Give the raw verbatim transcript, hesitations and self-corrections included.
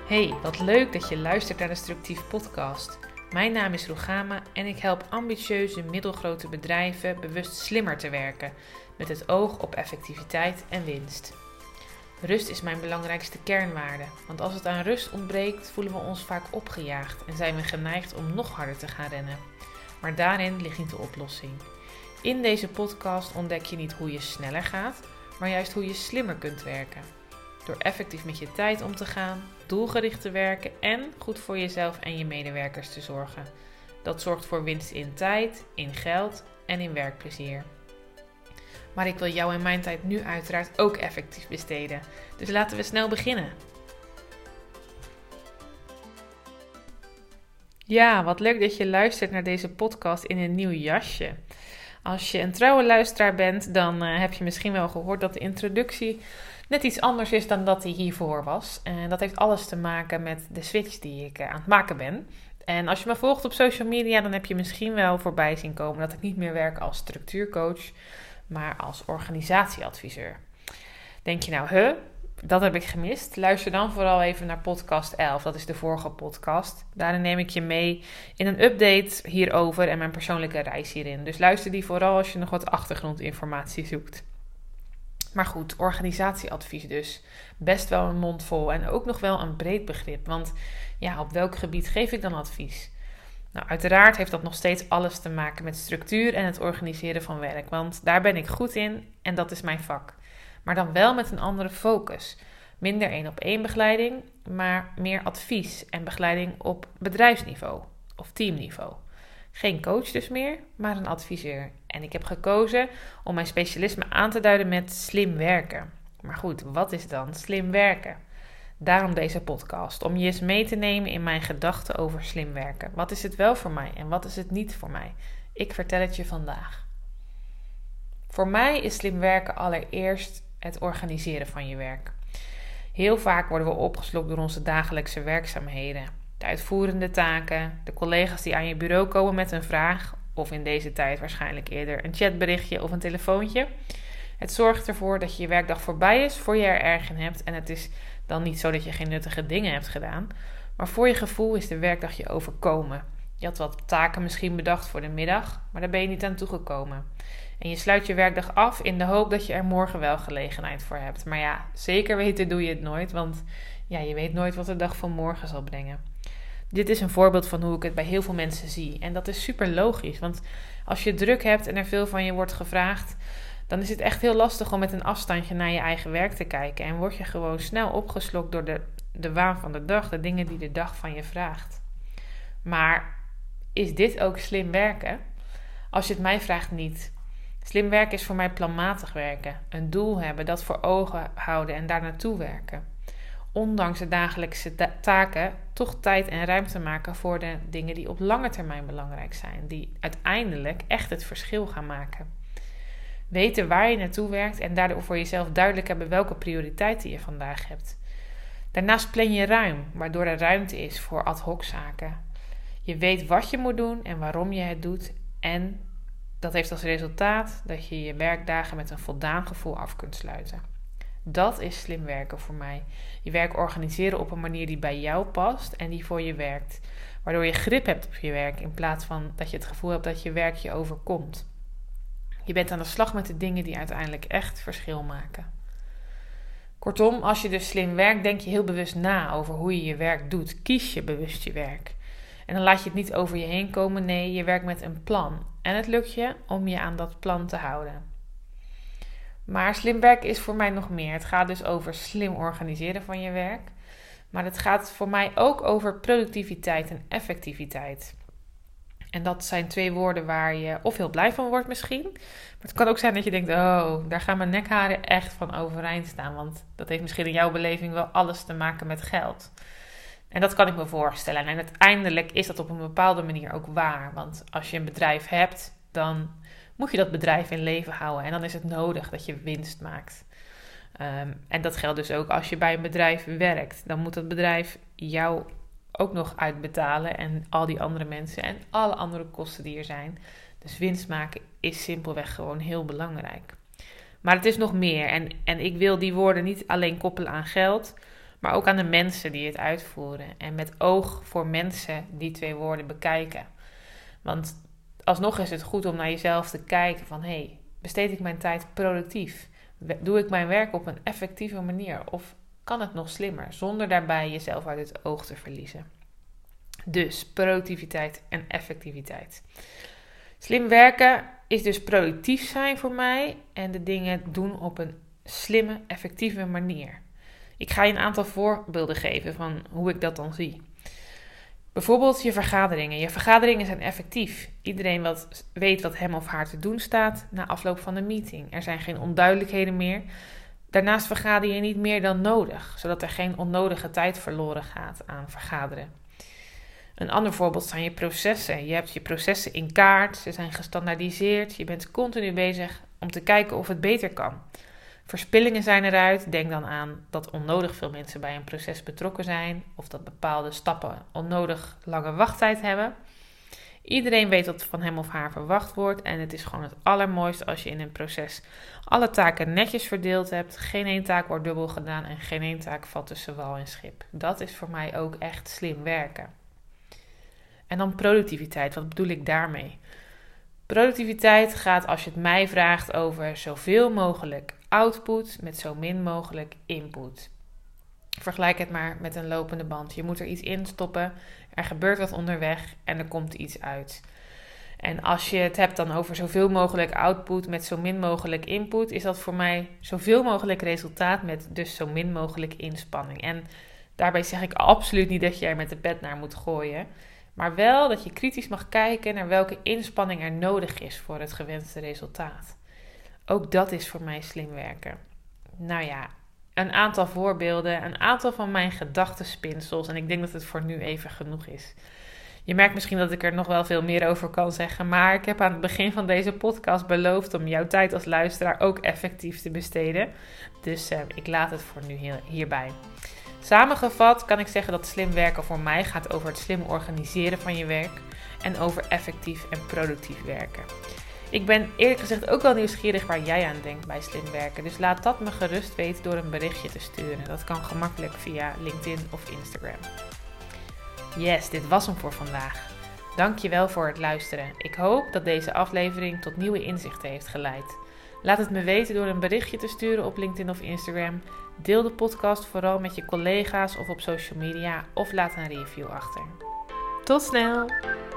Hey, wat leuk dat je luistert naar de Structief podcast. Mijn naam is Rugama en ik help ambitieuze middelgrote bedrijven bewust slimmer te werken, met het oog op effectiviteit en winst. Rust is mijn belangrijkste kernwaarde, want als het aan rust ontbreekt voelen we ons vaak opgejaagd en zijn we geneigd om nog harder te gaan rennen. Maar daarin ligt niet de oplossing. In deze podcast ontdek je niet hoe je sneller gaat, maar juist hoe je slimmer kunt werken. Door effectief met je tijd om te gaan, doelgericht te werken en goed voor jezelf en je medewerkers te zorgen. Dat zorgt voor winst in tijd, in geld en in werkplezier. Maar ik wil jou en mijn tijd nu uiteraard ook effectief besteden. Dus laten we snel beginnen. Ja, wat leuk dat je luistert naar deze podcast in een nieuw jasje. Als je een trouwe luisteraar bent, dan uh, heb je misschien wel gehoord dat de introductie net iets anders is dan dat die hiervoor was. En dat heeft alles te maken met de switch die ik uh, aan het maken ben. En als je me volgt op social media, dan heb je misschien wel voorbij zien komen dat ik niet meer werk als structuurcoach, maar als organisatieadviseur. Denk je nou, huh, dat heb ik gemist? Luister dan vooral even naar podcast elf, dat is de vorige podcast. Daarin neem ik je mee in een update hierover en mijn persoonlijke reis hierin. Dus luister die vooral als je nog wat achtergrondinformatie zoekt. Maar goed, organisatieadvies dus. Best wel een mond vol en ook nog wel een breed begrip. Want ja, op welk gebied geef ik dan advies? Nou, uiteraard heeft dat nog steeds alles te maken met structuur en het organiseren van werk. Want daar ben ik goed in en dat is mijn vak. Maar dan wel met een andere focus. Minder één op één begeleiding, maar meer advies en begeleiding op bedrijfsniveau of teamniveau. Geen coach dus meer, maar een adviseur. En ik heb gekozen om mijn specialisme aan te duiden met slim werken. Maar goed, wat is dan slim werken? Daarom deze podcast, om je eens mee te nemen in mijn gedachten over slim werken. Wat is het wel voor mij en wat is het niet voor mij? Ik vertel het je vandaag. Voor mij is slim werken allereerst het organiseren van je werk. Heel vaak worden we opgeslokt door onze dagelijkse werkzaamheden. De uitvoerende taken, de collega's die aan je bureau komen met een vraag, of in deze tijd waarschijnlijk eerder een chatberichtje of een telefoontje. Het zorgt ervoor dat je je werkdag voorbij is, voor je er erg in hebt. En het is dan niet zo dat je geen nuttige dingen hebt gedaan, maar voor je gevoel is de werkdag je overkomen. Je had wat taken misschien bedacht voor de middag, maar daar ben je niet aan toegekomen. En je sluit je werkdag af in de hoop dat je er morgen wel gelegenheid voor hebt. Maar ja, zeker weten doe je het nooit, want ja, je weet nooit wat de dag van morgen zal brengen. Dit is een voorbeeld van hoe ik het bij heel veel mensen zie. En dat is super logisch, want als je druk hebt en er veel van je wordt gevraagd, dan is het echt heel lastig om met een afstandje naar je eigen werk te kijken. En word je gewoon snel opgeslokt door de, de waan van de dag, de dingen die de dag van je vraagt. Maar is dit ook slim werken? Als je het mij vraagt, niet. Slim werken is voor mij planmatig werken. Een doel hebben, dat voor ogen houden en daar naartoe werken. Ondanks de dagelijkse ta- taken toch tijd en ruimte maken voor de dingen die op lange termijn belangrijk zijn. Die uiteindelijk echt het verschil gaan maken. Weten waar je naartoe werkt en daardoor voor jezelf duidelijk hebben welke prioriteiten je vandaag hebt. Daarnaast plan je ruim, waardoor er ruimte is voor ad hoc zaken. Je weet wat je moet doen en waarom je het doet. En dat heeft als resultaat dat je je werkdagen met een voldaan gevoel af kunt sluiten. Dat is slim werken voor mij. Je werk organiseren op een manier die bij jou past en die voor je werkt. Waardoor je grip hebt op je werk in plaats van dat je het gevoel hebt dat je werk je overkomt. Je bent aan de slag met de dingen die uiteindelijk echt verschil maken. Kortom, als je dus slim werkt, denk je heel bewust na over hoe je je werk doet. Kies je bewust je werk. En dan laat je het niet over je heen komen. Nee, je werkt met een plan. En het lukt je om je aan dat plan te houden. Maar slim werken is voor mij nog meer. Het gaat dus over slim organiseren van je werk. Maar het gaat voor mij ook over productiviteit en effectiviteit. En dat zijn twee woorden waar je of heel blij van wordt misschien. Maar het kan ook zijn dat je denkt, oh, daar gaan mijn nekharen echt van overeind staan. Want dat heeft misschien in jouw beleving wel alles te maken met geld. En dat kan ik me voorstellen. En uiteindelijk is dat op een bepaalde manier ook waar. Want als je een bedrijf hebt, dan moet je dat bedrijf in leven houden. En dan is het nodig dat je winst maakt. Um, en dat geldt dus ook als je bij een bedrijf werkt. Dan moet dat bedrijf jou ook nog uitbetalen. En al die andere mensen en alle andere kosten die er zijn. Dus winst maken is simpelweg gewoon heel belangrijk. Maar het is nog meer. En, en ik wil die woorden niet alleen koppelen aan geld, maar ook aan de mensen die het uitvoeren. En met oog voor mensen die twee woorden bekijken. Want alsnog is het goed om naar jezelf te kijken van, hé, hey, besteed ik mijn tijd productief? Doe ik mijn werk op een effectieve manier? Of kan het nog slimmer, zonder daarbij jezelf uit het oog te verliezen? Dus productiviteit en effectiviteit. Slim werken is dus productief zijn voor mij en de dingen doen op een slimme, effectieve manier. Ik ga je een aantal voorbeelden geven van hoe ik dat dan zie. Bijvoorbeeld je vergaderingen. Je vergaderingen zijn effectief. Iedereen wat weet wat hem of haar te doen staat na afloop van de meeting. Er zijn geen onduidelijkheden meer. Daarnaast vergader je niet meer dan nodig, zodat er geen onnodige tijd verloren gaat aan vergaderen. Een ander voorbeeld zijn je processen. Je hebt je processen in kaart, ze zijn gestandaardiseerd. Je bent continu bezig om te kijken of het beter kan. Verspillingen zijn eruit. Denk dan aan dat onnodig veel mensen bij een proces betrokken zijn of dat bepaalde stappen onnodig lange wachttijd hebben. Iedereen weet wat van hem of haar verwacht wordt en het is gewoon het allermooiste als je in een proces alle taken netjes verdeeld hebt. Geen één taak wordt dubbel gedaan en geen één taak valt tussen wal en schip. Dat is voor mij ook echt slim werken. En dan productiviteit. Wat bedoel ik daarmee? Productiviteit gaat, als je het mij vraagt, over zoveel mogelijk output met zo min mogelijk input. Vergelijk het maar met een lopende band. Je moet er iets in stoppen, er gebeurt wat onderweg en er komt iets uit. En als je het hebt dan over zoveel mogelijk output met zo min mogelijk input, is dat voor mij zoveel mogelijk resultaat met dus zo min mogelijk inspanning. En daarbij zeg ik absoluut niet dat je er met de pet naar moet gooien, maar wel dat je kritisch mag kijken naar welke inspanning er nodig is voor het gewenste resultaat. Ook dat is voor mij slim werken. Nou ja, een aantal voorbeelden, een aantal van mijn gedachtenspinsels en ik denk dat het voor nu even genoeg is. Je merkt misschien dat ik er nog wel veel meer over kan zeggen, maar ik heb aan het begin van deze podcast beloofd om jouw tijd als luisteraar ook effectief te besteden. Dus uh, ik laat het voor nu hier, hierbij. Samengevat kan ik zeggen dat slim werken voor mij gaat over het slim organiseren van je werk en over effectief en productief werken. Ik ben eerlijk gezegd ook wel nieuwsgierig waar jij aan denkt bij slim werken. Dus laat dat me gerust weten door een berichtje te sturen. Dat kan gemakkelijk via LinkedIn of Instagram. Yes, dit was hem voor vandaag. Dankjewel voor het luisteren. Ik hoop dat deze aflevering tot nieuwe inzichten heeft geleid. Laat het me weten door een berichtje te sturen op LinkedIn of Instagram. Deel de podcast vooral met je collega's of op social media of laat een review achter. Tot snel!